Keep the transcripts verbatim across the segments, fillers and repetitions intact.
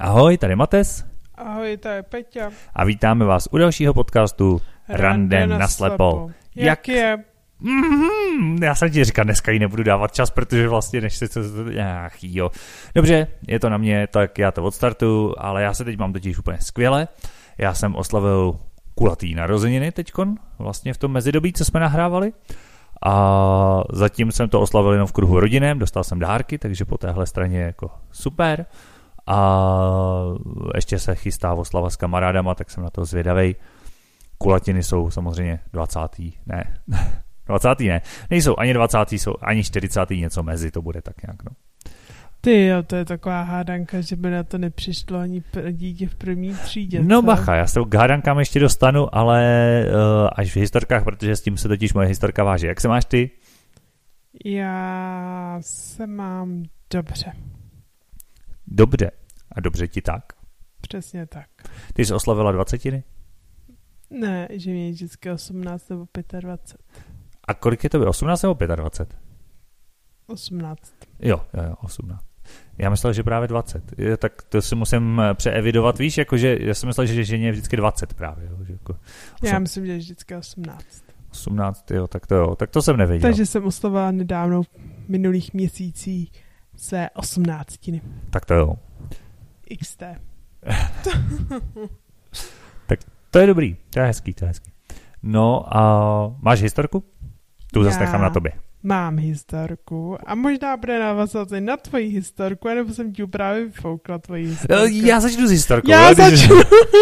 Ahoj, tady Mates. Ahoj, tady je Peťa. A vítáme vás u dalšího podcastu Rande na slepo. Jak je? Mm-hmm, já jsem ti říkal, dneska jí nebudu dávat čas, protože vlastně než se to... Ach, jo. Dobře, je to na mě, tak já to odstartuju, ale já se teď mám totiž úplně skvěle. Já jsem oslavil kulatý narozeniny teďkon, vlastně v tom mezidobí, co jsme nahrávali. A zatím jsem to oslavil jenom v kruhu rodinem, dostal jsem dárky, takže po téhle straně jako super. A ještě se chystá oslava s kamarádama, tak jsem na to zvědavej. Kulatiny jsou samozřejmě dvacátý ne, dvacátý ne, nejsou ani dvacátý jsou ani čtyřicátý něco mezi, to bude tak nějak, no. Ty jo, to je taková hádanka, že by na to nepřišlo ani dítě v první třídě. No co? bacha, já se k hádankám ještě dostanu, ale uh, až v historkách, protože s tím se totiž moje historka váží. Jak se máš ty? Já se mám dobře. Dobře. A dobře ti tak? Přesně tak. Ty jsi oslavila dvacetiny? Ne, že mě je vždycky osmnáct nebo dvacet pět. A kolik je to by? osmnáct nebo dvacet pět? osmnáct. Jo, jo, jo, osmnáct. Já myslel, že právě dvacet. Je, tak to si musím přeevidovat, víš, jakože já jsem myslel, že ženě je vždycky dvacet právě. Jo, že jako osm... Já myslím, že je vždycky osmnáct. osmnáct, jo, tak to jo, tak to jsem nevěděl. Takže jsem oslavila nedávno v minulých měsících své osmnáctiny. Tak to jo. iks té. Tak to je dobrý, to je hezký, to je hezký. No a máš historku? Tu zase nechám na tobě. Mám historku a možná bude navazovat na tvoji historku, anebo jsem ti právě vyfoukla tvoji historku. Já začnu s historkou. Já začnu.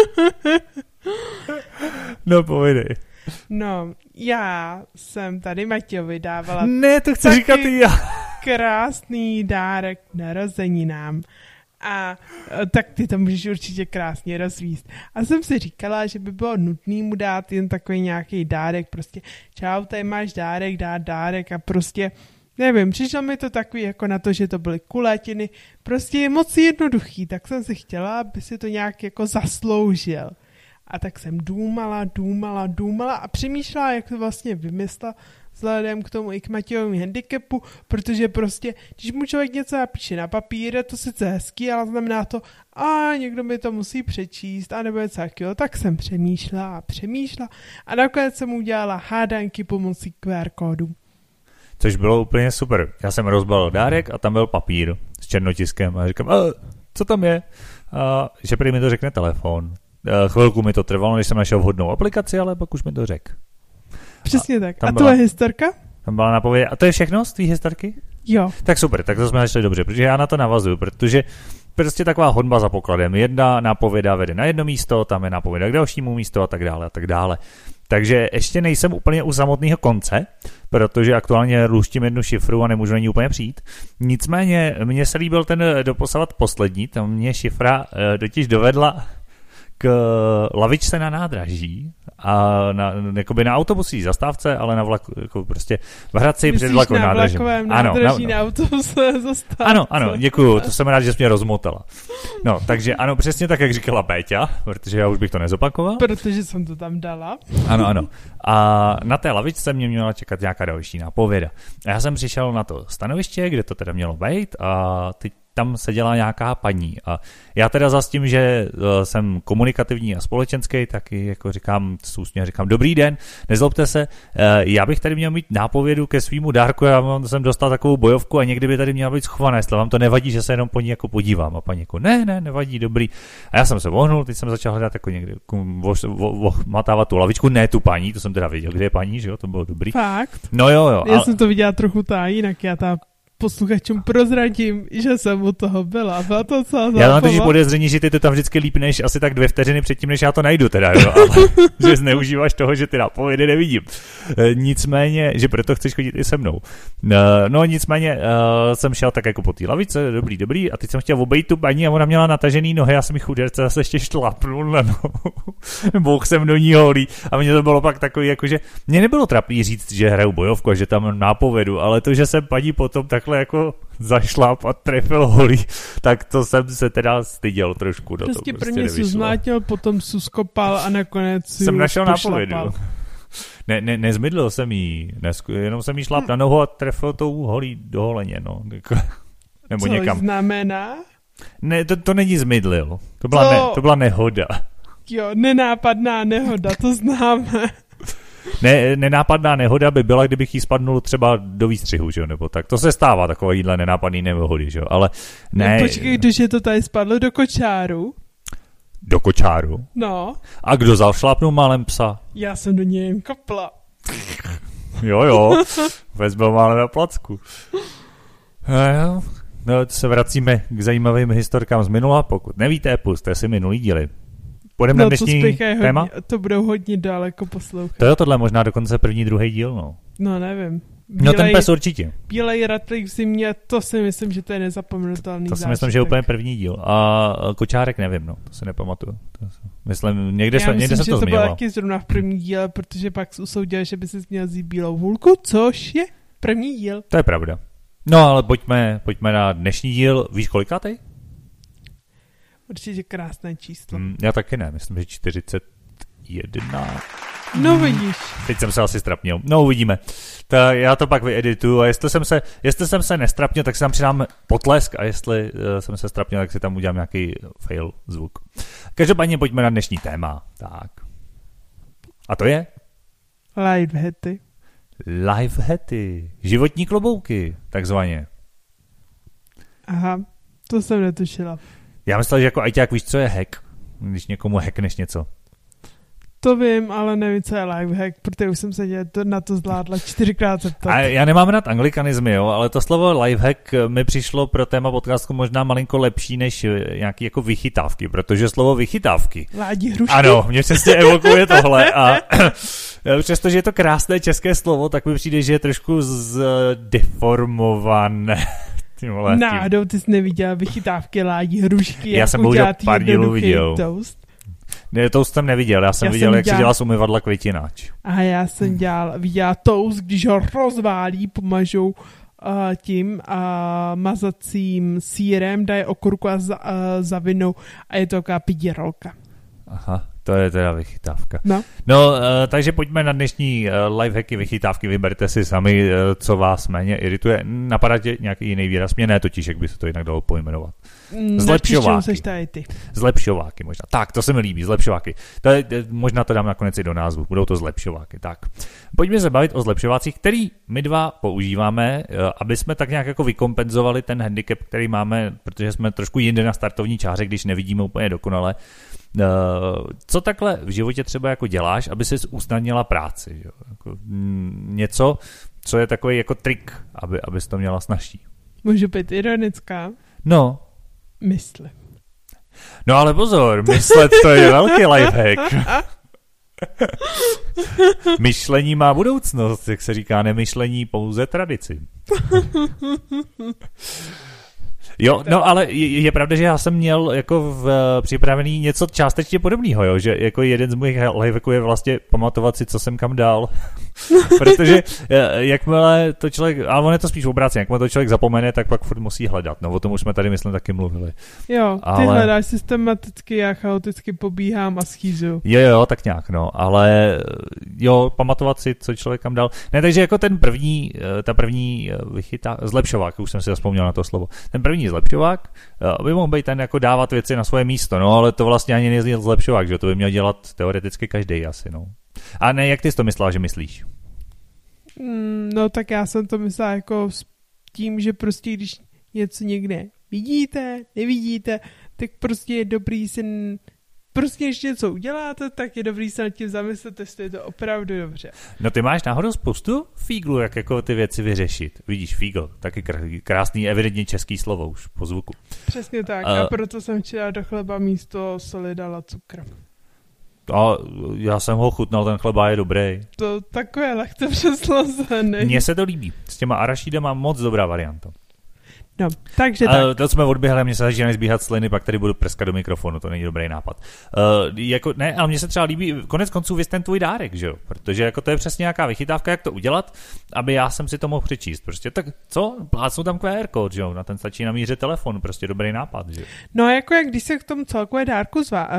No povědej. No, já jsem tady Matějovi dávala ne, to chci říkat i já. krásný dárek k narozeninám. A tak ty to můžeš určitě krásně rozvíst. A jsem si říkala, že by bylo nutný mu dát jen takový nějaký dárek, prostě čau, tady máš dárek, dát dárek a prostě, nevím, přišlo mi to takový jako na to, že to byly kulatiny, prostě je moc jednoduchý, tak jsem si chtěla, aby si to nějak jako zasloužil. A tak jsem důmala, důmala, důmala a přemýšlela, jak to vlastně vymyslela vzhledem k tomu i k Matějovému handicapu, protože prostě, když mu člověk něco napíše na papír, je to sice hezký, ale znamená to, a někdo mi to musí přečíst, a nebo něco takového, tak jsem přemýšlela a přemýšlela a nakonec jsem udělala hádanky pomocí Q R kódu. Což bylo úplně super. Já jsem rozbalil dárek a tam byl papír s černotiskem a říkám, a co tam je? A že prý mi to řekne telefon. A chvilku mi to trvalo, než jsem našel vhodnou aplikaci, ale pak už mi to řekl. Přesně a tak. A byla, tvoje historka? Tam byla napověď. A to je všechno z tvý historky? Jo. Tak super, tak to jsme začali dobře, protože já na to navazuju, protože prostě taková honba za pokladem. Jedna nápověda vede na jedno místo, tam je nápověda k dalšímu místu a tak dále a tak dále. Takže ještě nejsem úplně u samotného konce, protože aktuálně luštím jednu šifru a nemůžu na ní úplně přijít. Nicméně mně se líbil ten doposavat poslední, tam mě šifra totiž dovedla k lavičce na nádraží a na, jakoby na autobusí zastávce, ale na vlaku, jako prostě v Hradci před vlakovým nádražím. Myslíš na vlakovém nádraží na, na autobuse zastávce? Ano, ano, děkuju, to jsem rád, že jsi mě rozmotala. No, takže ano, přesně tak, jak říkala Péťa, protože já už bych to nezopakoval. Protože jsem to tam dala. Ano, ano. A na té lavičce mě měla čekat nějaká další nápověda. A já jsem přišel na to stanoviště, kde to teda mělo být a teď tam seděla nějaká paní a já teda za tím, že uh, jsem komunikativní a společenský, tak jako říkám, s úsměvem říkám, dobrý den, nezlobte se, uh, já bych tady měl mít nápovědu ke svýmu dárku, já jsem dostal takovou bojovku a někdy by tady měla být schovaná, jestli vám to nevadí, že se jenom po ní jako podívám a paní jako, ne, ne, nevadí, dobrý. A já jsem se vohnul, teď jsem začal hledat jako někdy, matávat tu lavičku, ne tu paní, to jsem teda viděl, kde je paní, že jo, to bylo dobrý. Fakt? No jo, jo. Já ale... jsem to viděla trochu tá, jinak já ta posluchačům prozradím, že jsem u toho byla. Byla to celá zábava. Já mám totiž podezření, že ty to tam vždycky lípneš asi tak dvě vteřiny předtím, než já to najdu teda, jo, ale že zneužíváš toho, že ty nápovědy nevidím. E, nicméně, že proto chceš chodit i se mnou. E, no nicméně e, jsem šel tak jako po té lavice, dobrý, dobrý, a teď jsem chtěl obejít tu paní a ona měla natažený nohy, já jsem mi chuděrce zase ještě šlapnul na nohu. Bouch jsem do ní holí a mě to bylo pak takový, jakože mě nebylo trapný říct, že hraju bojovku a že tam nápovědu, ale to, že jsem paní potom tak jako zašláp a trefil holí, tak to jsem se teda styděl trošku. Do prostě, to prostě prvně si zmlátil, potom si skopal a nakonec si jsem našel pošlapal. nápovědu. Ne, ne, nezmydlil jsem jí, nesku, jenom jsem jí šláp hm. na nohu a trefil tou holí do holeně, no. Nebo co někam. znamená? Ne, to, to není zmydlil. To byla, ne, to byla nehoda. Jo, nenápadná nehoda, to známe. Ne, nenápadná nehoda by byla, kdybych jí spadnul třeba do výstřihu, že jo, nebo tak. To se stává, takovýhle nenápadný nehody, že jo, ale ne. ne počkej, když je to tady spadlo do kočáru. Do kočáru? No. A kdo zašlápnul málem psa? Já jsem do něj kopla. Jo, jo, vezmel málem na placku. No, no, se vracíme k zajímavým historkám z minula. Pokud nevíte, puste si minulý díly. Půjdeme no, na dnešní téma? Hodně, to budou hodně daleko poslouchat. To je tohle možná dokonce první, druhý díl, no. No, nevím. Bílej, no ten pes určitě. Bílej ratlík v zimě, to si myslím, že to je nezapomenutelný To si zážitek. Myslím, že je úplně první díl. A kočárek nevím, no, to si nepamatuju. To si, myslím, někde, Já se, myslím, někde se to to zmiňovalo. bylo taky zrovna v první díle, protože pak usoudil, že by si měl vzít bílou hůlku, což je první díl. To je pravda. No, ale pojďme, pojďme na dnešní díl. Víš kolikátej? Určitě krásné číslo. Hmm, já taky ne, myslím, že čtyřicet jedna. No vidíš. Teď jsem se asi strapnil. No uvidíme. Tak já to pak vyedituju a jestli jsem se, jestli jsem se nestrapnil, tak si tam přidám potlesk a jestli uh, jsem se strapnil, tak si tam udělám nějaký fail zvuk. Každopádně pojďme na dnešní téma. Tak. A to je? Lifehacky. Lifehacky. Životní klobouky, takzvaně. Aha, to jsem netušila. Já myslel, že jako ajťák víš, co je hack, když někomu hackneš něco. To vím, ale nevím, co je lifehack, protože už jsem se to, na to zvládla čtyřikrát zeptat. A já nemám rád anglikanizmy, jo, ale to slovo lifehack mi přišlo pro téma podcastu možná malinko lepší než nějaký jako vychytávky, protože slovo vychytávky. Ládí hrušky. Ano, mě přesně evokuje tohle a přestože je to krásné české slovo, tak mi přijde, že je trošku zdeformované. Náhodou ty jsi neviděla vychytávky ládí hrušky. Já jsem bohužel pár dílů viděl. Toast. Ne, toast jsem neviděl, já jsem já viděl, jsem jak dělal... se dělá z umyvadla květináč. A já jsem dělal, viděla toast, když ho rozválí, pomažou uh, tím uh, mazacím sýrem, dají okurku a za, uh, zavinou a je to taková piděrolka. Aha, to je teda vychytávka. No, no uh, takže pojďme na dnešní uh, lifehacky, vychytávky, vyberte si sami, uh, co vás méně irituje. Napadá tě nějaký jiný výraz? Mě ne totiž, jak by se to jinak dalo pojmenovat. Zlepšováky. Ty. Zlepšováky možná. Tak, to se mi líbí, zlepšováky. To je, možná to dám nakonec i do názvu. Budou to zlepšováky. Tak. Pojďme se bavit o zlepšovácích, který my dva používáme, aby jsme tak nějak jako vykompenzovali ten handicap, který máme, protože jsme trošku jinde na startovní čáře, když nevidíme úplně dokonale. Co takhle v životě třeba jako děláš, aby si usnadnila práci? Jo? Jako něco, co je takový jako trik, aby, abys to měla snazší. Můžu být ironická? No. Mysli. No ale pozor, myslet to je velký lifehack. Myšlení má budoucnost, jak se říká, nemyšlení pouze tradici. Jo, no ale je, je pravda, že já jsem měl jako v, připravený něco částečně podobného, jo, že jako jeden z mojich lifehacků je vlastně pamatovat si, co jsem kam dal. Protože jakmile to člověk, ale on je to spíš obráceně, jakmile to člověk zapomene, tak pak furt musí hledat. No o tom už jsme tady, myslím, taky mluvili. Jo, ty ale... hledáš systematicky, já chaoticky pobíhám a schýzu. Jo, jo, tak nějak, no, ale jo, pamatovat si, co člověk kam dal. Ne, takže jako ten první, ta první vychytá, zlepšovák, už jsem si zapomněl na to slovo, ten první zlepšovák, aby mohl být ten jako dávat věci na svoje místo, no, ale to vlastně ani není zlepšovák, že to by měl dělat teoreticky každý asi, no. A ne, jak ty jsi to myslela, že myslíš? Mm, no tak já jsem to myslela jako s tím, že prostě když něco někde vidíte, nevidíte, tak prostě je dobrý si, prostě když něco uděláte, tak je dobrý se nad tím zamyslet, jestli je to opravdu dobře. No ty máš náhodou spoustu fíglů, jak jako ty věci vyřešit. Vidíš, fígl, taky krásný, evidentně český slovo už po zvuku. Přesně tak, uh, a proto jsem včera do chleba místo soli dala cukr. A já jsem ho chutnal, ten chleba je dobrý. To takové lehce přeslazený. Mně se to líbí. S těma arašídama moc dobrá varianta. No, takže uh, tak. To jsme odběhli a mě se začínají zbíhat sliny, pak tady budu preskat do mikrofonu, to není dobrý nápad. Uh, jako, ne, ale mně se třeba líbí, konec konců vys ten tvůj dárek, že jo? Protože jako to je přesně nějaká vychytávka, jak to udělat, aby já jsem si to mohl přečíst. Prostě tak co? Plácnu tam Q R kód, že jo? Na ten stačí namířit telefon, prostě dobrý nápad, že jo? No jako jak když se k tomu celkové dárku zvá, uh,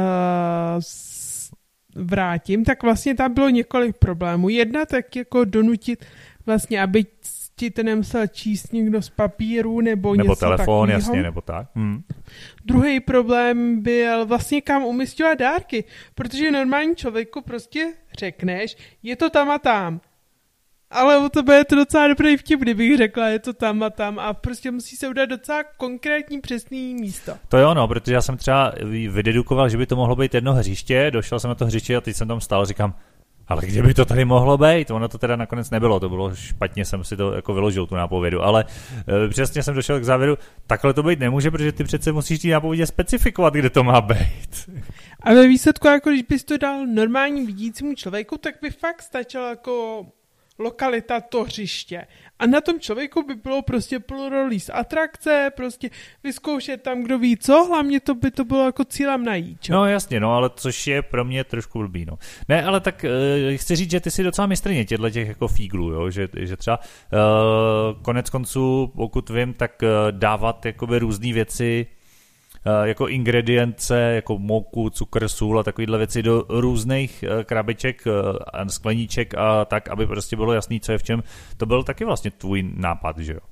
vrátím, tak vlastně tam bylo několik problémů. Jedna tak jako donutit vlastně, aby určitě nemusel číst někdo z papíru nebo, nebo něco telefon, takovýho. jasně, nebo tak. Hmm. Druhý problém byl vlastně kam umísťovat dárky, protože normální člověku prostě řekneš, je to tam a tam. Ale u tebe je to docela dobrý vtip, kdybych řekla, je to tam a tam a prostě musí se udat docela konkrétní přesný místo. To jo, no, protože já jsem třeba vydedukoval, že by to mohlo být jedno hřiště, došel jsem na to hřiště a teď jsem tam stál, říkám, ale kde by to tady mohlo být? Ono to teda nakonec nebylo, to bylo špatně, jsem si to jako vyložil, tu nápovědu, ale e, přesně jsem došel k závěru, takhle to být nemůže, protože ty přece musíš tý nápovědě specifikovat, kde to má být. A ve výsledku, jako když bys to dal normálním vidícímu člověku, tak by fakt stačilo jako lokalita to hřiště. A na tom člověku by bylo prostě pluralist atrakce, prostě vyzkoušet tam, kdo ví co, hlavně to by to bylo jako cílem najít. Čo? No jasně, no, ale což je pro mě trošku blbý, no. Ne, ale tak uh, chci říct, že ty si docela mistrně těchto těch jako fíglů, jo, že, že třeba uh, konec konců, pokud vím, tak uh, dávat jakoby různý věci jako ingredience, jako mouku, cukr, sůl a takovýhle věci do různých krabiček, skleníček a tak, aby prostě bylo jasný, co je v čem. To byl taky vlastně tvůj nápad, že jo?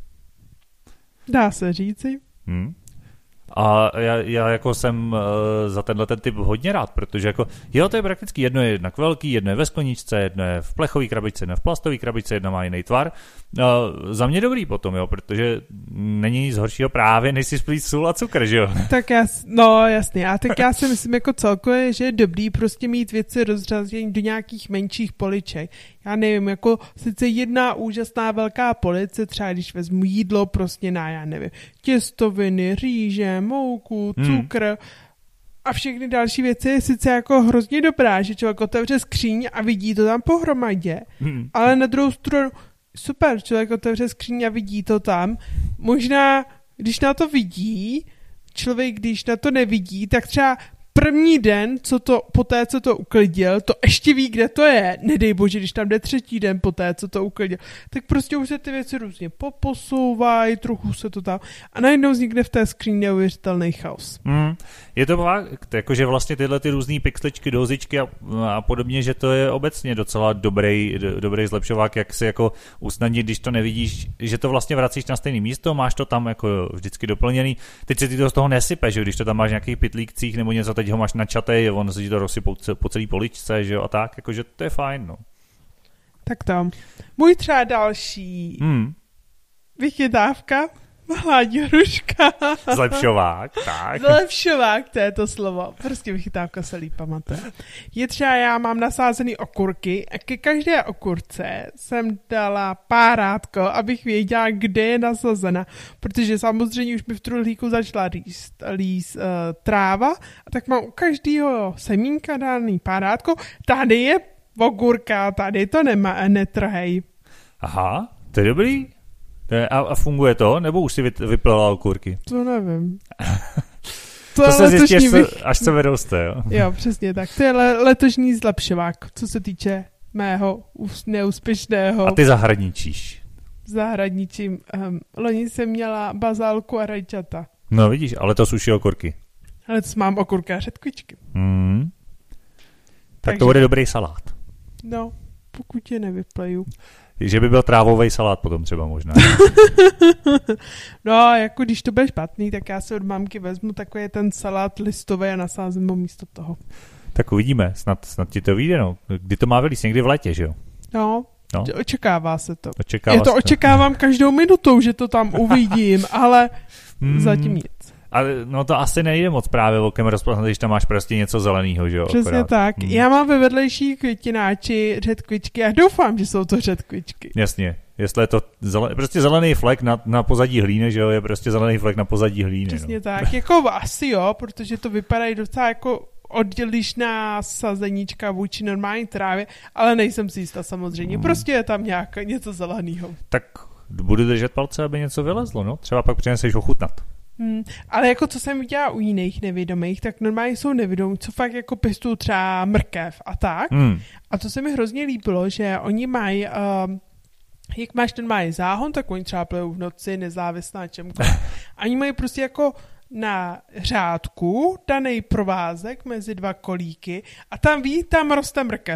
Dá se říci. Hmm. A já, já jako jsem uh, za tenhle ten typ hodně rád, protože jako, jo, to je prakticky jedno je jednak velký, jedno je ve skleničce, jedno je v plechové krabičce, jedno je v plastové krabičce, jedno má jiný tvar. Uh, za mě dobrý potom, jo, protože není nic horšího právě, než si splít sůl a cukr, že jo? Tak já, no jasně, a tak já si myslím jako celkově, že je dobrý prostě mít věci rozřazení do nějakých menších poliček. Já nevím, jako sice jedna úžasná velká police, třeba když vezmu jídlo prostě na, já nevím, těstoviny, rýže, mouku, cukr hmm. a všechny další věci je sice jako hrozně dobrá, že člověk otevře skříň a vidí to tam pohromadě, hmm. ale na druhou stranu super, člověk otevře skříň a vidí to tam. Možná, když na to vidí, člověk, když na to nevidí, tak třeba první den, co to, poté, co to uklidil, to ještě ví, kde to je. Nedej bože, když tam jde třetí den poté, co to uklidil. Tak prostě už se ty věci různě poposouvají, trochu se to tam a najednou vznikne v té skříni neuvěřitelný chaos. Mm, je to fakt, jakože vlastně tyhle ty různý pixličky, dozičky a, a podobně, že to je obecně docela dobrý, do, dobrý zlepšovák, jak si jako usnadnit, když to nevidíš, že to vlastně vracíš na stejné místo, máš to tam jako vždycky doplněný. Teď se ty to z toho nesype, že když to tam máš v nějakých pytlíkcích nebo něco, teď ho máš načatej, on se ti to rozsypou po celý poličce, že jo, a tak, jakože to je fajn, no. Tak to. Můj třeba další hmm. vychytávka, malá hruška. Zlepšovák, tak. Zlepšovák, to je to slovo. Prostě vychytávka se líp pamatuje. Je třeba, já mám nasázený okurky a ke každé okurce jsem dala párátko, abych věděla, kde je nasazena. Protože samozřejmě už mi v truhlíku začala líst, líst uh, tráva, a tak mám u každého semínka daný párátko. Tady je okurka, tady to nemá, netrhej. Aha, to je dobrý. A, a funguje to? Nebo už si vyplela okurky? To nevím. To, to se zjistí, až, co, až co vyroste, jo? Jo, přesně tak. To je le- letošní zlepšovák, co se týče mého neúspěšného... A ty zahradničíš? Zahradničím. Um, loni jsem měla bazálku a rajčata. No vidíš, ale to suší okurky. Ale to mám okurky a řetkvičky. Hmm. Tak Takže... to bude dobrý salát. No, pokud je nevypleju. Že by byl trávový salát potom třeba možná. No, jako když to bude špatný, tak já si od mamky vezmu takový ten salát listový a nasázím ho místo toho. Tak uvidíme, snad, snad ti to vyjde, no. Kdy to má vylíst? Někdy v létě, že jo? No, no. Očekává se to. Očekává já to se očekávám to. Každou minutou, že to tam uvidím, ale hmm. zatím nic. Ale no to asi nejde moc právě okem rozpoznat, když tam máš prostě něco zeleného, že jo? Přesně akorát. Tak. Hmm. Já mám ve vedlejší květináči řetkvičky a doufám, že jsou to řetkvičky. Jasně. Jestli je to zelen, prostě zelený flek na, na pozadí hlíny, že jo, je prostě zelený flek na pozadí hlíny. Přesně no. tak. Jako asi jo, protože to vypadají docela jako odlišná sazeníčka vůči normální trávě, ale nejsem si jistá samozřejmě. Hmm. Prostě je tam nějak něco zeleného. Tak budu držet palce, aby něco vylezlo, no. Třeba pak přineseš ochutnat. Hmm, ale jako co jsem viděla u jiných nevědomých, tak normálně jsou nevědomí, co fakt jako pěstují třeba mrkev a tak. Hmm. A to se mi hrozně líbilo, že oni mají, uh, jak máš ten mají záhon, tak oni třeba plejou v noci, nezávisle na čemkoliv. A oni mají prostě jako na řádku daný provázek mezi dva kolíky a tam ví, tam roste mrkev.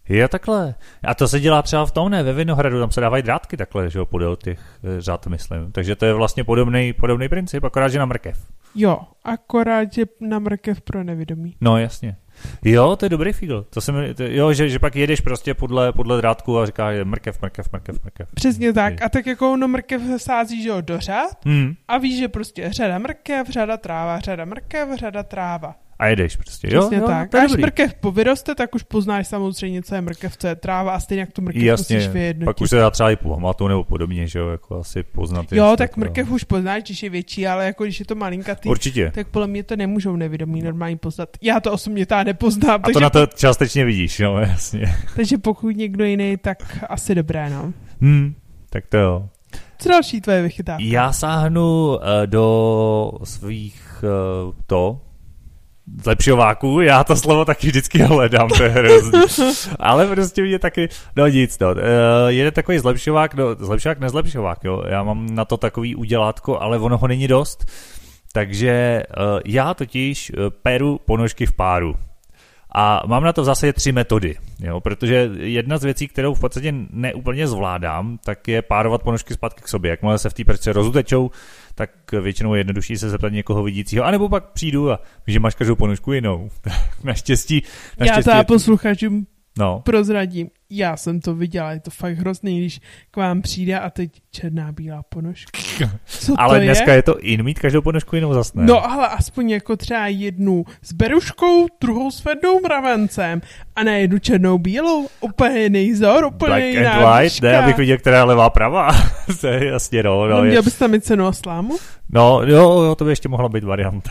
Je takhle. A to se dělá třeba v tom, ne, ve Vinohradu, tam se dávají drátky takhle, že jo, podél těch řad, myslím. Takže to je vlastně podobný, podobný princip, akorát, že na mrkev. Jo, akorát, že na mrkev pro nevědomí. No, jasně. Jo, to je dobrý fígl. To se mi, to, jo, že, že pak jedeš prostě podle, podle drátku a říkáš mrkev, mrkev, mrkev, mrkev. Přesně tak. A tak jako ono mrkev sází, že jo, do řad hmm. a víš, že prostě řada mrkev, řada tráva, řada mrkev, řada tráva. A jedeš prostě, jo? Přesně jo, tak. Až mrkev povyroste, tak už poznáš samozřejmě, co je mrkev, co je tráva a stejně jak tu mrkev jasně, musíš vyjednotit. Pak už se dá třeba i po hamatu nebo podobně, že jo, jako asi poznat. Jo, tak jako, mrkev už poznáš, když je větší, ale jako když je to malinkatý, určitě. Tak podle mě to nemůžou nevědomí normálně poznat. Já to osobně tá nepoznám. A to takže na to částečně vidíš, no, jasně. Takže pokud někdo jiný, tak asi dobré, no. Hmm, tak to jo. Co další tvoje vychytávka? Já sáhnu uh, do svých uh, to zlepšováků, já to slovo taky vždycky hledám, to je hrozný. Ale prostě mě taky, no nic, no. Uh, jeden takový zlepšovák, no, zlepšovák, nezlepšovák, jo. Já mám na to takový udělátko, ale ono ho není dost. Takže uh, já totiž uh, peru ponožky v páru. A mám na to v zásadě tři metody, jo, protože jedna z věcí, kterou v podstatě neúplně zvládám, tak je párovat ponožky zpátky k sobě. Jakmile se v té perce rozutečou, tak většinou je jednodušší se zeptat někoho vidícího, anebo pak přijdu a víš, že máš každou ponožku jinou. naštěstí, naštěstí. Já to posluchačům no. prozradím. Já jsem to viděla, je to fakt hrozný, když k vám přijde a teď černá bílá ponožka. Co ale to dneska je? je to in mít každou ponožku jinou zas ne. No ale aspoň jako třeba jednu s beruškou, druhou s fednou mravencem a na jednu černou bílou. Úplně jiný vzor, úplně Black jiná and white, výška. ne, abych viděl, která je levá pravá. To je jasně, no. no no je... měl bys tam mít cenu a slámu? No, jo, jo, to by ještě mohla být varianta.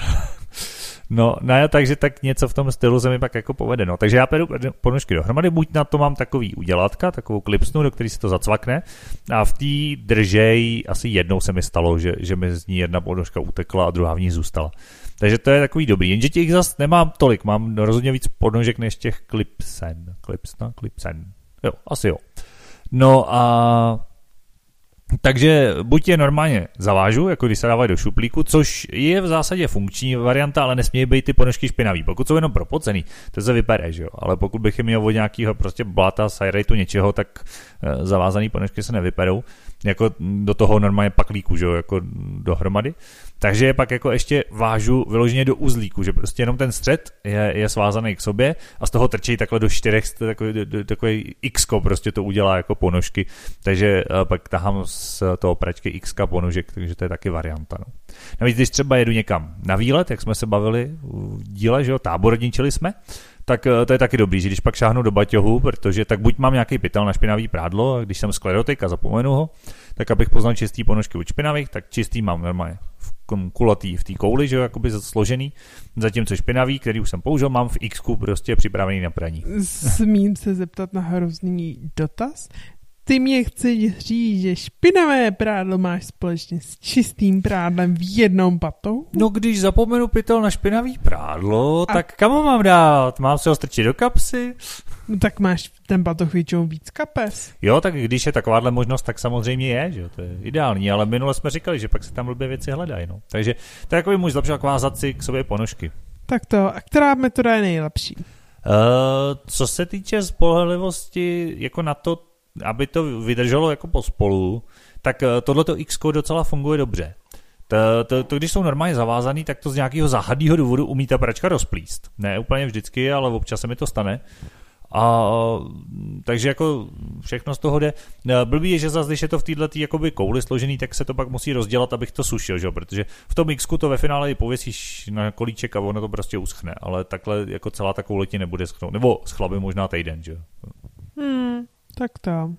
No, ne, takže tak něco v tom stylu se mi pak jako povede. No. Takže já peru ponožky dohromady, buď na to mám takový udělatka, takovou klipsnu, do který se to zacvakne a v té držej asi jednou se mi stalo, že, že mi z ní jedna ponožka utekla a druhá v ní zůstala. Takže to je takový dobrý, jenže těch zas nemám tolik, mám rozhodně víc ponožek než těch klipsen. Klipsna? Klipsen. Jo, asi jo. No a takže buď je normálně zavážu, jako když se dávají do šuplíku, což je v zásadě funkční varianta, ale nesmějí být ty ponožky špinavý. Pokud jsou jenom propocený, to se vypere, že jo. Ale pokud bych je měl od nějakého prostě bláta, sajrejtu, něčeho, tak zavázaný ponožky se nevyperou. Jako do toho normálně paklíku, že jo, jako dohromady. Takže je pak jako ještě vážu vyloženě do uzlíku, že prostě jenom ten střed je, je svázaný k sobě a z toho trčí takhle do čtyřech, takový, takový X-ko prostě to udělá jako ponožky, takže pak tahám z toho pračky X-ka ponožek, takže to je taky varianta. No. Navíc, když třeba jedu někam na výlet, jak jsme se bavili v díle, že jo, táborníčili jsme, tak to je taky dobrý, že když pak šáhnu do baťohu, protože tak buď mám nějaký pytel na špinavý prádlo, a když jsem sklerotik a zapomenu ho, tak abych poznal čistý ponožky od špinavých, tak čistý mám normálně v kulatý v té kouli, že jo, jakoby složený, zatímco špinavý, který už jsem použil, mám v X-ku prostě připravený na praní. Smím se zeptat na hrozný dotaz? Ty mě chceš říct, že špinavé prádlo máš společně s čistým prádlem v jednom patou? No když zapomenu pytel na špinavý prádlo, a... tak kam ho mám dát? Mám se ho strčit do kapsy? No tak máš ten batoh většinou víc kapes. Jo, tak když je takováhle možnost, tak samozřejmě je, že to je ideální, ale minule jsme říkali, že pak se tam blbě věci hledají, no. Takže to je takový můj zlepšovat vázat si k sobě ponožky. Tak to, a která metoda je nejlepší? Uh, co se týče spolehlivosti, jako na to, aby to vydrželo jako pospolu, tak tohleto X-ko docela funguje dobře. To, to, to, když jsou normálně zavázaný, tak to z nějakého záhadného důvodu umí ta pračka rozplíst. Ne úplně vždycky, ale občas se mi to stane. A, takže jako všechno z toho jde. Blbý je, že zase, když je to v této jakoby kouli složený, tak se to pak musí rozdělat, abych to sušil, že? Protože v tom X-ku to ve finále i pověsíš na kolíček a ono to prostě uschne, ale takhle jako celá ta koule ti nebude schnout. Nebo schlabí možná týden, že? Hmm, tak to.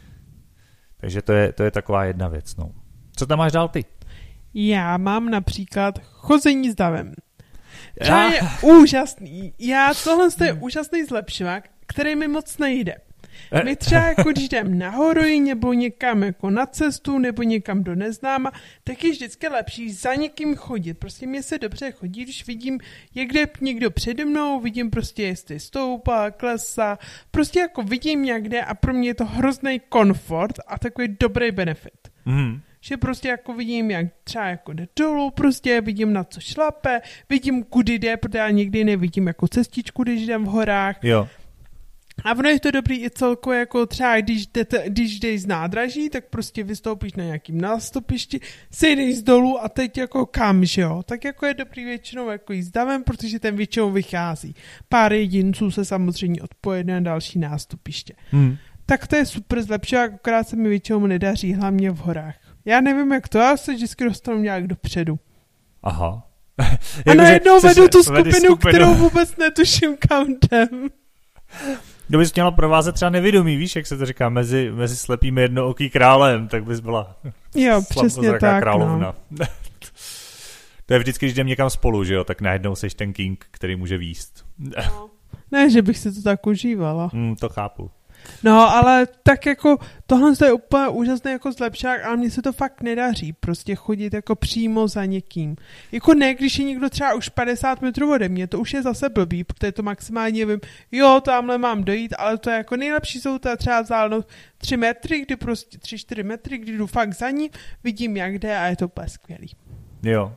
Takže to je, to je taková jedna věc, no. Co tam máš dál ty? Já mám například chození s davem. To je úžasný. Já tohle je úžasný zlepšovák, který mi moc nejde. My třeba jako když jdem nahoru nebo někam jako na cestu nebo někam do neznáma, tak je vždycky lepší za někým chodit. Prostě mě se dobře chodí, když vidím, jak jde někdo přede mnou, vidím prostě, jestli stoupá, klesá, prostě jako vidím jak jde a pro mě je to hrozný komfort a takový dobrý benefit. Mm. Že prostě jako vidím, jak třeba jako jde dolů, prostě vidím na co šlape, vidím kudy jde, protože já někdy nevidím jako cestičku, když jdem v horách. Jo. A ono je to dobrý i celkově, jako třeba když, jdete, když jdeš z nádraží, tak prostě vystoupíš na nějakým nástupišti, sejdeš z dolů a teď jako kam, že jo? Tak jako je dobrý většinou jako jít s davem, protože ten většinou vychází. Pár jedinců se samozřejmě odpoje na další nástupiště. Hmm. Tak to je super zlepšovat, akorát se mi většinou nedaří, hlavně v horách. Já nevím, jak to, já se vždycky dostanu nějak dopředu. Aha. A najednou vedu tu skupinu, skupinu, kterou vůbec netuším, kam jdem. Kdo bys měla provázet třeba nevědomí, víš, jak se to říká, mezi, mezi slepými jednooký králem, tak bys byla jo, přesně tak, královna. No. To je vždycky, když jdem někam spolu, že jo, tak najednou seš ten king, který může výst. No. Ne, že bych si to tak užívala. Mm, to chápu. No, ale tak jako tohle je úplně úžasný jako zlepšák, ale mně se to fakt nedaří, prostě chodit jako přímo za někým. Jako ne, když je někdo třeba už padesát metrů ode mě, to už je zase blbý, protože to maximálně vím, jo, tamhle mám dojít, ale to je jako nejlepší jsou to třeba vzdálenost tři metry, kdy prostě tři, čtyři metry, kdy jdu fakt za ním, vidím, jak jde a je to úplně skvělý. Jo.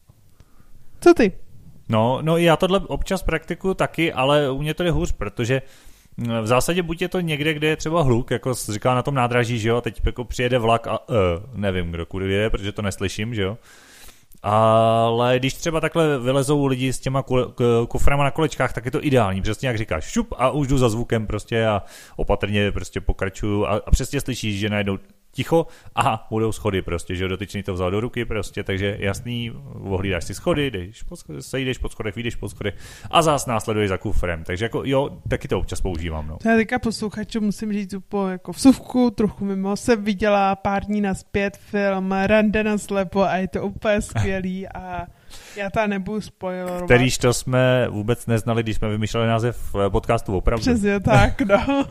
Co ty? No, no já tohle občas praktikuju taky, ale u mě to je hůř, protože v zásadě buď je to někde, kde je třeba hluk, jako jsi říkal na tom nádraží, že jo, teď jako přijede vlak a uh, nevím, kdo kudy je, protože to neslyším, že jo. Ale když třeba takhle vylezou lidi s těma kuframa na kolečkách, tak je to ideální, přesně jak říkáš, šup a už jdu za zvukem prostě a opatrně prostě pokračuju a, a přesně slyšíš, že najednou ticho a budou schody prostě, že dotyčný to vzal do ruky prostě, takže jasný, ohlídáš si schody, jdeš pod, sejdeš pod schodech, vyjdeš pod schodech a zás následuješ za kufrem, takže jako jo, taky to občas používám. No. Já teďka posluchačům musím říct úplně jako vsuvku, trochu mimo, jsem viděla pár dní nazpět film Rande na slepo a je to úplně skvělý a já ta nebudu spoilerovat. Kterýž to jsme vůbec neznali, když jsme vymýšleli název podcastu opravdu. Přesně tak, no.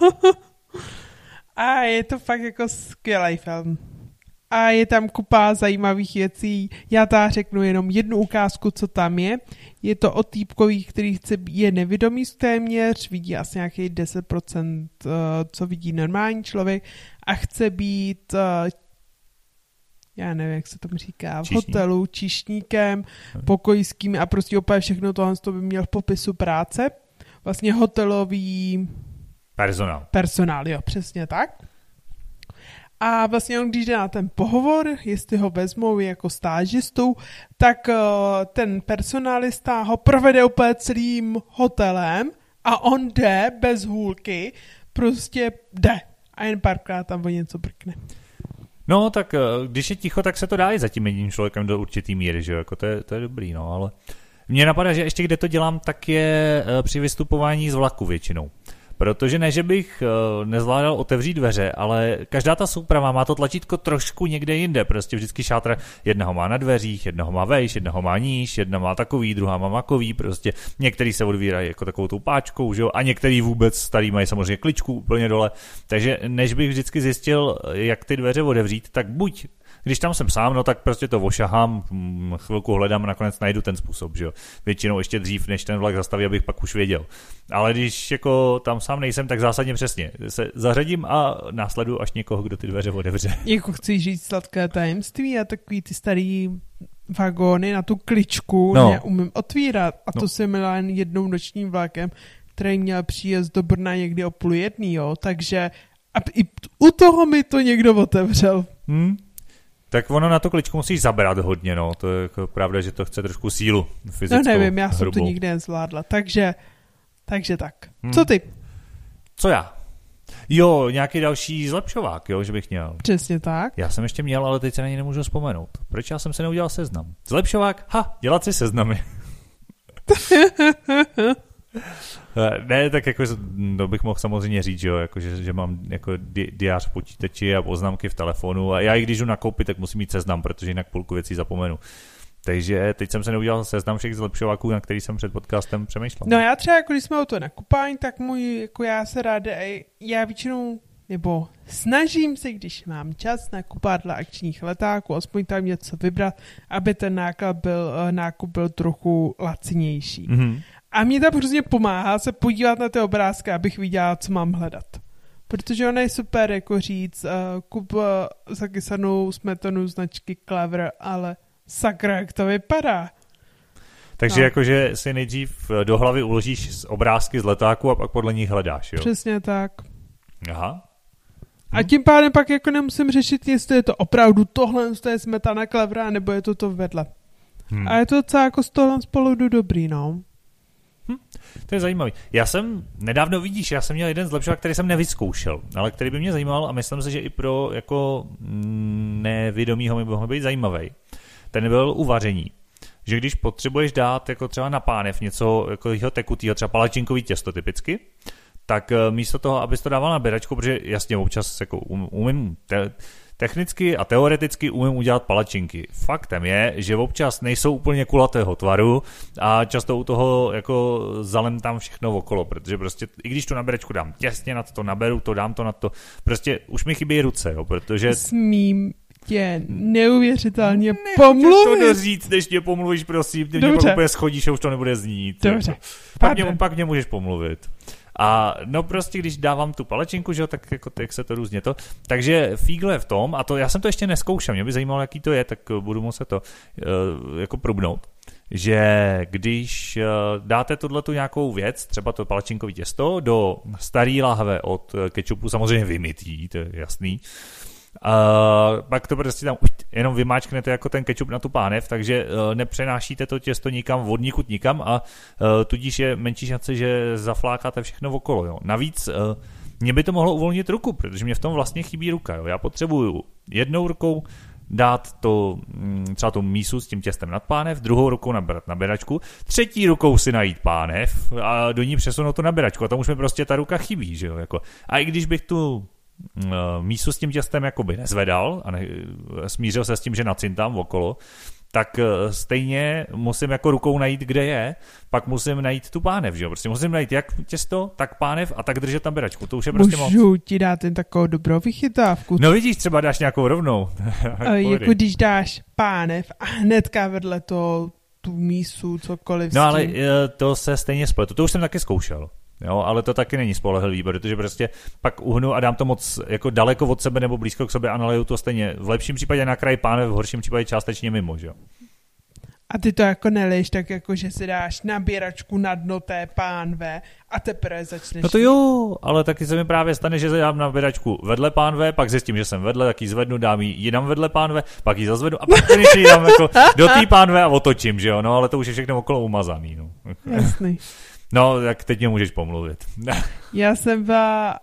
A je to fakt jako skvělý film. A je tam kupa zajímavých věcí. Já tady řeknu jenom jednu ukázku, co tam je. Je to o týpkový, který chce, je nevědomý téměř, vidí asi nějakých deset procent, co vidí normální člověk a chce být, já nevím, jak se tomu říká, v Číšník. hotelu, číšníkem, pokojským a prostě opět všechno tohle to by měl v popisu práce. Vlastně hotelový Personál. Personál, jo, přesně tak. A vlastně on, když jde na ten pohovor, jestli ho vezmou jako stážistu, tak uh, ten personalista ho provede úplně celým hotelem a on jde bez hůlky, prostě jde. A jen párkrát tam o něco brkne. No, tak když je ticho, tak se to dá i za tím jedním člověkem do určitý míry, že jo, jako to je, to je dobrý, no, ale mně napadá, že ještě kde to dělám, tak je při vystupování z vlaku většinou. Protože ne, že bych uh, nezvládal otevřít dveře, ale každá ta souprava má to tlačítko trošku někde jinde. Prostě vždycky šátra jednoho má na dveřích, jednoho má vejš, jednoho má níž, jedna má takový, druhá má makový. Prostě některý se odvírají jako takovou tou páčkou, že jo? A některý vůbec starý mají samozřejmě kličku úplně dole. Takže než bych vždycky zjistil, jak ty dveře otevřít, tak buď když tam jsem sám, no tak prostě to ošahám, chvilku hledám a nakonec najdu ten způsob, že jo. Většinou ještě dřív, než ten vlak zastaví, abych pak už věděl. Ale když jako tam sám nejsem, tak zásadně přesně se zařadím a následuju až někoho, kdo ty dveře otevře. Jako chci říct sladké tajemství a takový ty starý vagóny na tu kličku no. neumím otvírat. A to no. jsem měla jen jednou nočním vlakem, který měl příjezd do Brna někdy o půl jedný, jo. Takže a i u toho mi to někdo otevřel. Hmm. Tak ono na to kličku musíš zabrat hodně, no. To je jako pravda, že to chce trošku sílu fyzickou. No nevím, já hrubou. jsem to nikdy nezvládla. Takže, takže tak. Hmm. Co ty? Co já? Jo, nějaký další zlepšovák, jo, že bych měl. Přesně tak. Já jsem ještě měl, ale teď se na něj nemůžu vzpomenout. Proč já jsem se neudělal seznam? Zlepšovák? Ha, dělat si seznamy. Ne, tak jako to bych mohl samozřejmě říct, že, jo, jako, že, že mám jako di, diář v počítači a poznámky v telefonu a já i když jdu nakoupit, tak musím mít seznam, protože jinak půlku věcí zapomenu. Takže teď jsem se neudělal seznam všech zlepšováků, na který jsem před podcastem přemýšlel. No já třeba, jako když jsme o to nakupání, tak můj, jako já se ráda, já většinou, nebo snažím se, když mám čas, nakupovat dle akčních letáků, aspoň tam něco vybrat, aby ten nákup byl, nákup byl trochu lacinější. Mm-hmm. A mě tam hrozně pomáhá se podívat na ty obrázky, abych viděla, co mám hledat. Protože ono je super jako říct, uh, kup uh, zakysanou smetanu značky Clever, ale sakra, jak to vypadá. Takže no. jakože si nejdřív do hlavy uložíš obrázky z letáku a pak podle nich hledáš, jo? Přesně tak. Aha. A tím pádem pak jako nemusím řešit, jestli je to opravdu tohle, to je smetana klevra, nebo je to to vedle. Hmm. A je to docela jako z tohle spolu dobrý, no. Hm, to je zajímavý. Já jsem, nedávno vidíš, já jsem měl jeden zlepšovák, který jsem nevyzkoušel, ale který by mě zajímal a myslím si, že i pro jako nevědomýho by mohl být zajímavý. Ten byl u vaření. Že když potřebuješ dát jako třeba na pánev něco jako tekutýho, třeba palačinkový těsto typicky, tak místo toho, abys to dával na běračku, protože jasně občas jako umím te- technicky a teoreticky umím udělat palačinky. Faktem je, že občas nejsou úplně kulatého tvaru a často u toho jako zalem tam všechno okolo, protože prostě i když tu nabíračku dám těsně na to, naberu to, dám to na to, prostě už mi chybí ruce, jo, protože... Smím tě neuvěřitelně pomluvit. Nechci to říct, než mě pomluvíš, prosím, ty mě pak úplně schodíš a už to nebude znít. Dobře. Pak mě, pak mě můžeš pomluvit. A no prostě, když dávám tu palačinku, že jo, tak jako tak se to různě to. Takže fígle je v tom, a to já jsem to ještě nezkoušel, mě by zajímalo, jaký to je, tak budu muset to uh, jako probnout, že když uh, dáte tohletu nějakou věc, třeba to palačinkový těsto, do starý lahve od kečupu, samozřejmě vymytý, to je jasný, Uh, pak to prostě tam jenom vymáčknete jako ten kečup na tu pánev, takže uh, nepřenášíte to těsto nikam od nikud nikam a uh, tudíž je menší šance, že zaflákáte všechno okolo. Jo. Navíc uh, mě by to mohlo uvolnit ruku, protože mě v tom vlastně chybí ruka. Jo. Já potřebuju jednou rukou dát to, třeba tu mísu s tím těstem nad pánev, druhou rukou nabrat naběračku, třetí rukou si najít pánev a do ní přesunout tu naběračku. A tam už mi prostě ta ruka chybí. Že jo. Jako. A i když bych tu mísu s tím těstem jakoby nezvedal a ne, smířil se s tím, že nacintám okolo, tak stejně musím jako rukou najít, kde je, pak musím najít tu pánev, že jo? Prostě musím najít jak těsto, tak pánev a tak držet tam běračku. To už je prostě moc. Můžu ti dát jen takovou dobrou vychytávku. No vidíš, třeba dáš nějakou rovnou. Jako když dáš pánev a hnedka vedle to tu mísu, cokoliv. No ale to se stejně spletu. To už jsem taky zkoušel. Jo, ale to taky není spolehlivý, protože prostě pak uhnu a dám to moc jako daleko od sebe nebo blízko k sobě a naleju to stejně v lepším případě na kraji pánev, v horším případě částečně mimo, že jo. A ty to jako neleješ tak jako, že si dáš nabíračku na dno té pánve a teprve začneš... No to jo, ale taky se mi právě stane, že dám nabíračku vedle pánve, pak zjistím, že jsem vedle, tak ji zvednu, dám ji jinam vedle pánve, pak ji zazvednu a pak konečně ji dám jako do té pánve a otočím, že jo, no ale to už je všechno okolo umazaný, no. Jasný. No, tak teď mě můžeš pomluvit. Já jsem byla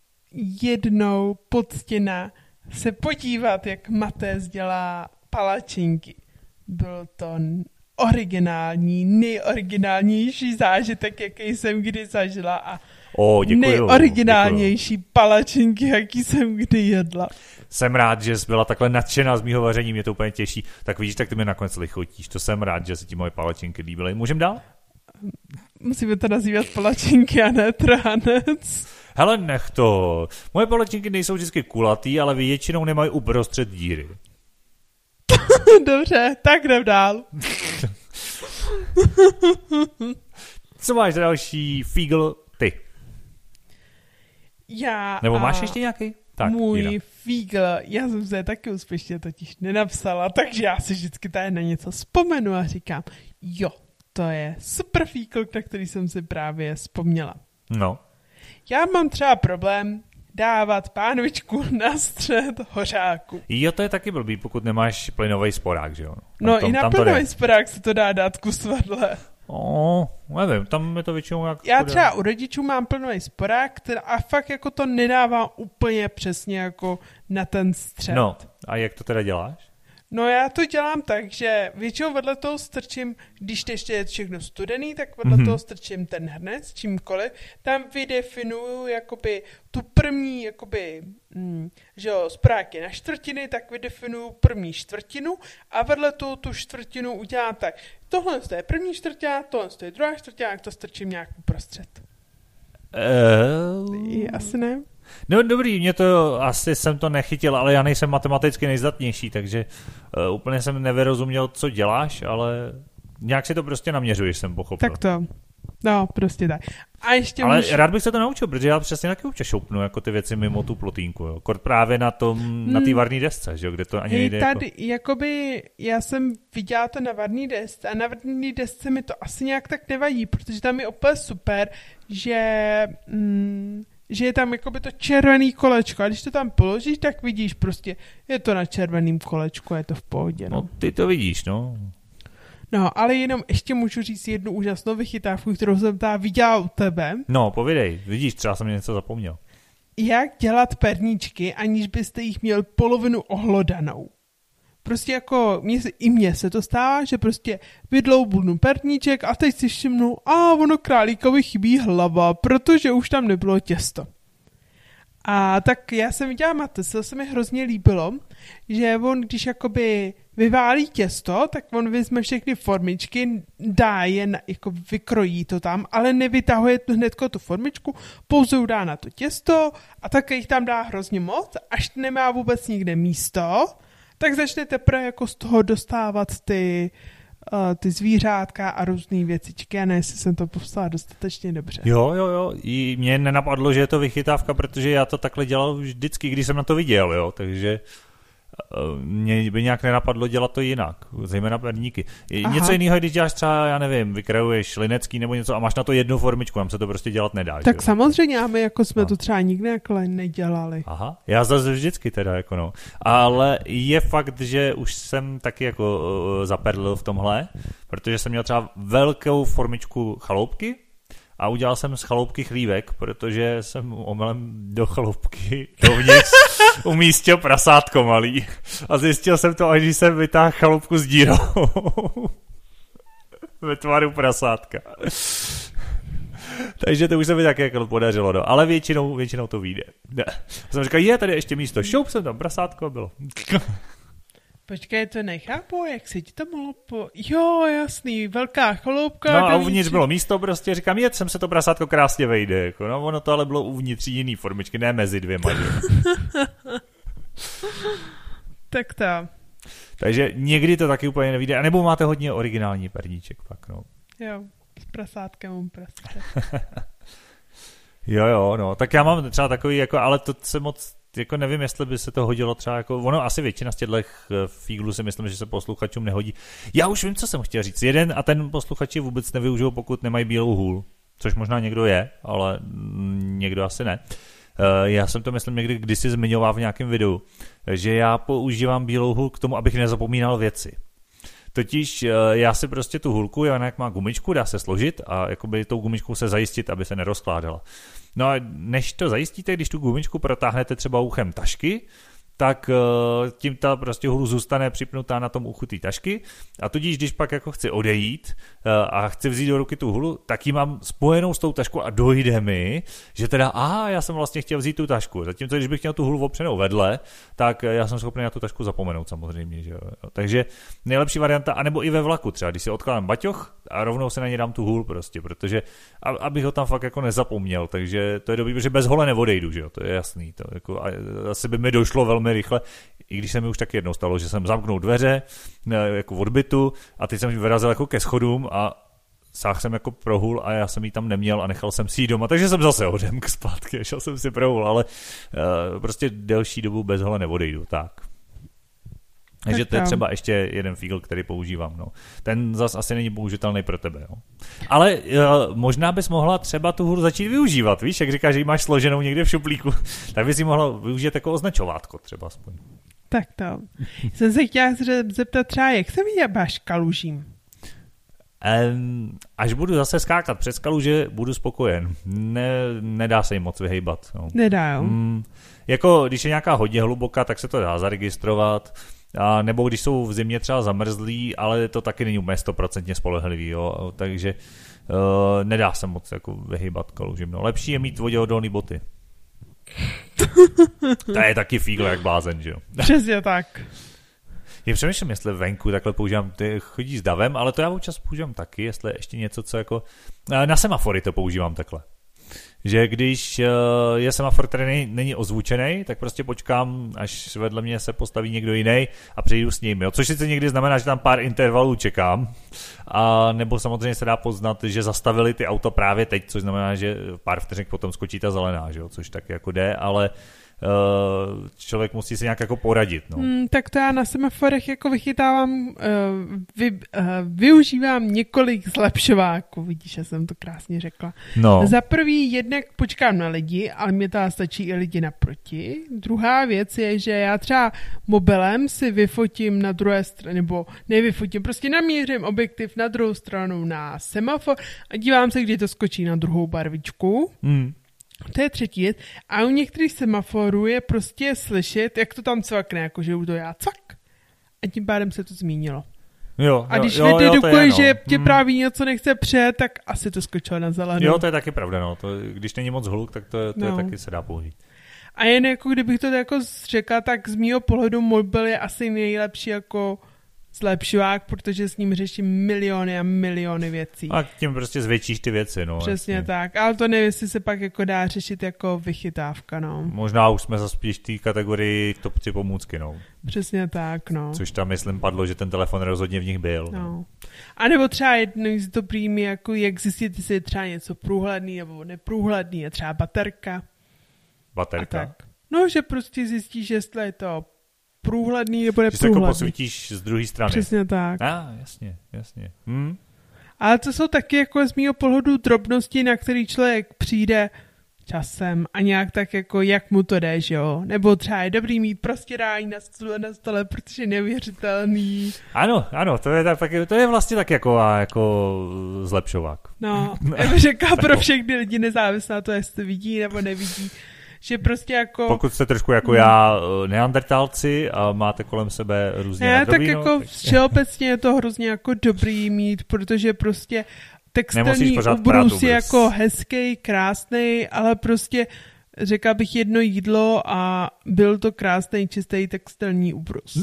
jednou poctěna se podívat, jak Matez dělá palačinky. Byl to originální, nejoriginálnější zážitek, jaký jsem kdy zažila a o, děkuju, nejoriginálnější děkuju. Palačinky, jaký jsem kdy jedla. Jsem rád, že jsi byla takhle nadšená z mýho vaření, mě to úplně těší. Tak vidíš, tak ty mi nakonec lichotíš. To jsem rád, že se ti moje palačinky líbily. Můžem dál? Musíme to nazývat palačinky a ne trhanec. Hele, nech to. Moje palačinky nejsou vždycky kulatý, ale většinou nemají uprostřed díry. Dobře, tak jdem dál. Co máš další fígl ty? Já Nebo máš ještě nějaký? Tak, můj Jira. fígl, já jsem se taky úspěšně totiž nenapsala, takže já si vždycky tady na něco vzpomenu a říkám, jo, to je super fígl, na který jsem si právě vzpomněla. No. Já mám třeba problém dávat pánvičku na střed hořáku. Jo, to je taky blbý, pokud nemáš plynový sporák, že jo? No tam, i na plynový sporák se to dá dát kus vedle. O, nevím, tam je to většinou jak... Já třeba u rodičů mám plynový sporák, která a fakt jako to nedává úplně přesně jako na ten střed. No, a jak to teda děláš? No já to dělám tak, že většinou vedle toho strčím, když to ještě je všechno studený, tak vedle mm-hmm. toho strčím ten hrnec, čímkoliv. Tam vydefinuju jakoby tu první, jakoby, hm, že jo, spráky na čtvrtiny, tak vydefinuju první čtvrtinu a vedle toho tu čtvrtinu udělám tak. Tohle je první čtvrtina, tohle je druhá čtvrtina, jak to strčím nějak uprostřed. Uh... Asi ne. No dobrý, mě to, asi jsem to nechytil, ale já nejsem matematicky nejzdatnější, takže uh, úplně jsem nevyrozuměl, co děláš, ale nějak si to prostě naměřuješ, jsem pochopil. Tak to. No, prostě tak. A ještě Ale můž... rád bych se to naučil, protože já přesně taky občas šoupnu jako ty věci mimo tu plotínku. Jo. Kort právě na tom, na té varné desce, že jo, kde to ani Hej, nejde. tady, jako... jakoby, já jsem viděla to na varný desce a na varný desce mi to asi nějak tak nevadí, protože tam je úplně super, že... Mm, že je tam jakoby to červený kolečko a když to tam položíš, tak vidíš prostě, je to na červeném kolečku, je to v pohodě. No, no ty to vidíš, no. No, ale jenom ještě můžu říct jednu úžasnou vychytávku, kterou jsem tady viděla u tebe. No, povídej, vidíš, třeba jsem něco zapomněl. Jak dělat perníčky, aniž byste jich měl polovinu ohlodanou. Prostě jako, mě se, i mně se to stává, že prostě vydloubnu perníček a teď si všimnu, a ono králíkovi chybí hlava, protože už tam nebylo těsto. A tak já jsem viděla Matese, to se mi hrozně líbilo, že on, když jakoby vyválí těsto, tak on vezme všechny formičky, dá je, na, jako vykrojí to tam, ale nevytahuje hnedko tu formičku, pouze ju dá na to těsto a tak jich tam dá hrozně moc, až nemá vůbec nikde místo, tak začne teprve jako z toho dostávat ty, uh, ty zvířátka a různý věcičky a ne, jestli jsem to poslala dostatečně dobře. Jo, jo, jo. I mě nenapadlo, že je to vychytávka, protože já to takhle dělal vždycky, když jsem na to viděl, jo, takže mě by nějak nenapadlo dělat to jinak, zejména perníky. Aha. Něco jiného, když děláš třeba, já nevím, vykrajuješ linecký nebo něco a máš na to jednu formičku, tam se to prostě dělat nedá. Tak že? samozřejmě, a my jako jsme no. to třeba nikdy jako nedělali. Aha, já zase vždycky teda, jako no. Ale je fakt, že už jsem taky jako uh, zaperlil v tomhle, protože jsem měl třeba velkou formičku chaloupky, a udělal jsem z chaloupky chlívek, protože jsem omylem do chaloupky dovnitř umístil prasátko malý. A zjistil jsem to, až když jsem vytáhl chaloupku s dírou. Ve tvaru prasátka. Takže to už se mi také jako podařilo, no. Ale většinou, většinou to vyjde. Ne. Jsem říkal, je tady ještě místo. Šoup jsem tam prasátko a bylo. Počkej, to nechápu, jak se ti to mohlo po... Jo, jasný, velká chaloupka. No a uvnitř bylo místo, prostě říkám, jet sem se to prasátko krásně vejde, jako, no ono to ale bylo uvnitř jiný formičky, ne mezi dvěma. Tak to. Takže někdy to taky úplně nevyjde, anebo máte hodně originální perníček pak, no. Jo, s prasátkem um prasátkem. Jo, jo, no, tak já mám třeba takový, jako, ale to se moc, jako nevím, jestli by se to hodilo třeba, jako, ono asi většina z těchto fíglů si myslím, že se posluchačům nehodí. Já už vím, co jsem chtěl říct. Jeden a ten posluchači vůbec nevyužijou, pokud nemají bílou hůl, což možná někdo je, ale někdo asi ne. Já jsem to myslím někdy kdysi zmiňoval v nějakém videu, že já používám bílou hůl k tomu, abych nezapomínal věci. Totiž já si prostě tu hůlku, ona jak má gumičku, dá se složit a jakoby tou gumičkou se zajistit, aby se nerozkládala. No a než to zajistíte, když tu gumičku protáhnete třeba uchem tašky, tak tím ta prostě hůl zůstane připnutá na tom uchu té tašky a tudíž, když pak jako chci odejít a chci vzít do ruky tu hůlu, tak ji mám spojenou s tou taškou a dojde mi, že teda, aha, já jsem vlastně chtěl vzít tu tašku. Zatímco, když bych měl tu hůlu opřenou vedle, tak já jsem schopný na tu tašku zapomenout samozřejmě. Že jo. Takže nejlepší varianta, anebo i ve vlaku třeba, když si odkládám baťoch a rovnou se na ně dám tu hůl prostě, protože abych ho tam fakt jako nezapomněl, takže to je dobrý, protože bez hole neodejdu, že jo, to je jasný. To jako, asi by mi došlo velmi rychle, i když se mi už taky jednou stalo, že jsem zamknul dveře jako v odbytu a teď jsem vyrazil jako ke schodům a sáhl jsem jako pro hůl a já jsem ji tam neměl a nechal jsem si ji doma, takže jsem zase odemk zpátky, šel jsem si pro hůl, ale uh, prostě delší dobu bez hole neodejdu, tak. Takže to je třeba ještě jeden fígl, který používám. No. Ten zas asi není použitelný pro tebe. Jo. Ale uh, možná bys mohla třeba tu hůl začít využívat. Víš, jak říkáš, že ji máš složenou někde v šuplíku, tak bys ji mohla využít jako označovátko třeba aspoň. Tak to. Jsem se chtěla zeptat třeba, jak se vyděbáš kalužím? Um, až budu zase skákat přes kaluže, budu spokojen. Ne, nedá se jim moc vyhejbat. No. Nedá, jo? Um, jako když je nějaká hodně hluboká, tak se to dá zaregistrovat. A nebo když jsou v zimě třeba zamrzlí, ale to taky není úplně stoprocentně spolehlivý, jo. Takže uh, nedá se moc jako vyhýbat kalužím. No. Lepší je mít voděodolný boty. To je taky fígl jak blázen, že jo. Přesně tak. Já přemýšlím, jestli venku takhle používám, ty chodí s davem, ale to já občas používám taky, jestli ještě něco, co jako... Na semafory to používám takhle. že když je semafor, který není ozvučený, tak prostě počkám, až vedle mě se postaví někdo jiný a přejdu s ním. Jo? Což sice někdy znamená, že tam pár intervalů čekám, a nebo samozřejmě se dá poznat, že zastavili ty auta právě teď, což znamená, že pár vteřin potom skočí ta zelená, že jo? Což tak jako jde, ale Uh, člověk musí si nějak jako poradit. No. Hmm, tak to já na semaforech jako vychytávám, uh, vy, uh, využívám několik zlepšováků, vidíš, já jsem to krásně řekla. No. Za prvý jednak počkám na lidi, ale mě to stačí i lidi naproti. Druhá věc je, že já třeba mobilem si vyfotím na druhé straně, nebo nevyfotím, prostě namířím objektiv na druhou stranu na semafor a dívám se, kdy to skočí na druhou barvičku. Hmm. To je třetí věc. A u některých semaforů je prostě slyšet, jak to tam cvakne, jako že u to já cvak. A tím pádem se to zmínilo. Jo, a když jo, vydedukuješ, no. že tě hmm. právě něco nechce přejet, tak asi to skočilo na zelenou. Jo, to je taky pravda, no. To, když není moc hluk, tak to, je, to no. je taky se dá použít. A jen jako kdybych to jako řekla, tak z mýho pohledu mobil je asi nejlepší jako zlepšovák, protože s ním řeším miliony a miliony věcí. A tím prostě zvětšíš ty věci, no. Přesně jasně. tak, ale to nevím, jestli se pak jako dá řešit jako vychytávka, no. Možná už jsme zase spíš v té kategorii top tři pomůcky, no. Přesně tak, no. Což tam, myslím, padlo, že ten telefon rozhodně v nich byl. No. A nebo třeba jedno z dobrými, jako jak zjistit, jestli je třeba něco průhledný nebo neprůhledný, je třeba baterka. Baterka? No, že prostě zjistíš, jestli je to průhledný nebo neprůhledný. Že se jako posvítíš z druhé strany. Přesně tak. A, ah, jasně, jasně. Hm? Ale to jsou taky jako z mýho pohledu drobnosti, na který člověk přijde časem a nějak tak jako, jak mu to jde, že jo? Nebo třeba je dobrý mít prostě ráj na stole, na stole, protože je neuvěřitelný. Ano, ano, to je, tak, to je vlastně tak jako, jako zlepšovák. No, já bych řekla pro všechny lidi nezávisle na to, jestli to vidí nebo nevidí. Že prostě jako... Pokud jste trošku jako já neandertálci a máte kolem sebe různě ne, nadobí, tak jako no, tak... všeobecně je to hrozně jako dobrý mít, protože prostě textilní ubrus je jako hezký, krásný, ale prostě řekla bych jedno jídlo a byl to krásný, čistý textilní ubrus.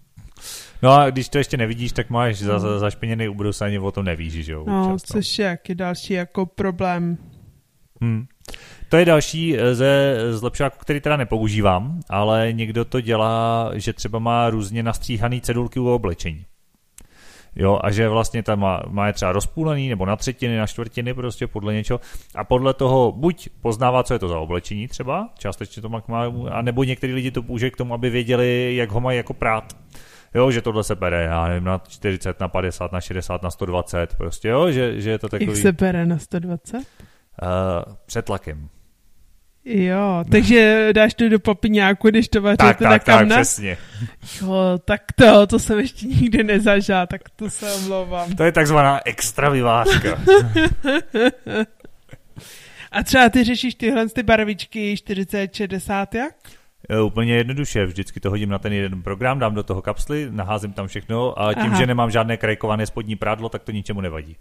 No a když to ještě nevidíš, tak máš za, za, zašpiněný ubrus a ani o tom nevíš, že jo? No, často. Což je jaký další jako problém. Hmm. To je další ze zlepšováků, který teda nepoužívám, ale někdo to dělá, že třeba má různě nastříhaný cedulky u oblečení. Jo, a že vlastně tam má, má je třeba rozpůlený, nebo na třetiny, na čtvrtiny, prostě podle něčeho. A podle toho buď poznává, co je to za oblečení třeba, částečně to má, a nebo některý lidi to použijí k tomu, aby věděli, jak ho mají jako prát. Jo, že tohle se bere, já nevím, na čtyřicet, na padesát, na šedesát, na sto dvacet, prostě, jo, že, že je to takový... Jak se bere na sto dvacet? Uh, před tlakem. Jo, takže dáš to do papiňáku, když to vaříte tak, na tak, kamna? Tak, přesně. Jo, tak to, to jsem ještě nikdy nezažil, tak to se omlouvám. To je takzvaná extra vyvážka. A třeba ty řešíš tyhle ty barvičky čtyřicet šedesát jak? Jo, úplně jednoduše, vždycky to hodím na ten jeden program, dám do toho kapsly, naházím tam všechno a tím, Aha. že nemám žádné krajkované spodní prádlo, tak to ničemu nevadí.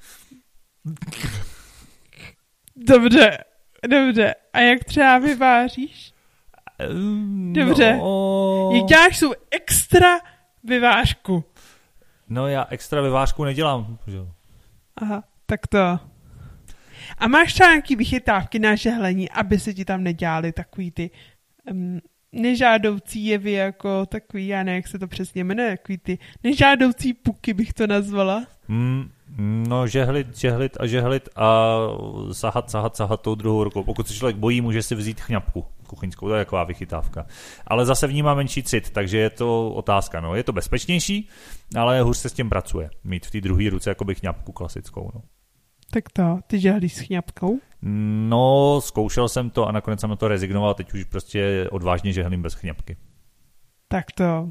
Dobře. Dobře. A jak třeba vyváříš? Dobře. No... Jak děláš tu extra vyvážku? No já extra vyvážku nedělám. Aha, tak to. A máš třeba nějaký vychytávky na žehlení, aby se ti tam nedělaly takový ty um, nežádoucí jevy, jako takový, já nevím, jak se to přesně jmenuje, takový ty nežádoucí puky bych to nazvala. Hmm. No, žehlit, žehlit a žehlit a sahat, sahat, sahat tou druhou rukou. Pokud se člověk bojí, může si vzít chňapku kuchyňskou, to je taková vychytávka. Ale zase v ní má menší cit, takže je to otázka. No. Je to bezpečnější, ale hůř se s tím pracuje. Mít v té druhé ruce jakoby chňapku klasickou. No. Tak to, ty žehlíš s chňapkou? No, zkoušel jsem to a nakonec jsem na to rezignoval, teď už prostě odvážně žehlím bez chňapky. Tak to...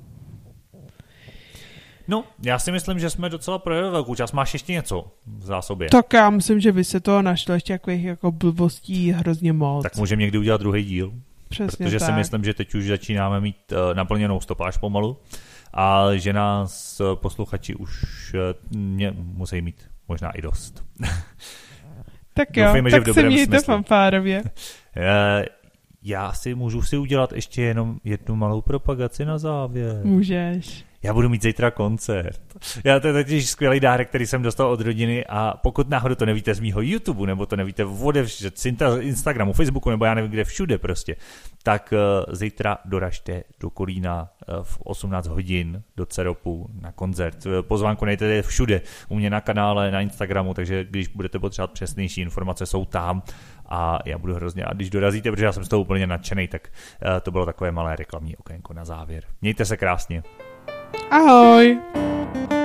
No, já si myslím, že jsme docela projeli velkou část. Máš ještě něco v zásobě? Tak já myslím, že by se toho našlo ještě takových jako blbostí hrozně moc. Tak můžeme někdy udělat druhý díl. Přesně protože tak. si myslím, že teď už začínáme mít uh, naplněnou stopáž pomalu a že nás posluchači už uh, mě musí mít možná i dost. Tak jo, Doufejme, tak že se mějte fanfárově. uh, já si můžu si udělat ještě jenom jednu malou propagaci na závěr. Můžeš. já budu mít zítra koncert. Já to je totiž skvělý dárek, který jsem dostal od rodiny a pokud náhodou to nevíte z mýho YouTube, nebo to nevíte odevšet z Instagramu, Facebooku, nebo já nevím kde všude prostě, tak uh, zítra doražte do Kolína uh, v osmnáct hodin do Ceropu na koncert. Pozvánku najdete všude, u mě na kanále, na Instagramu, takže když budete potřebovat přesnější informace, jsou tam a já budu hrozně, a když dorazíte, protože já jsem z toho úplně nadšenej, tak uh, to bylo takové malé reklamní okénko na závěr. Mějte se krásně. Ahoj!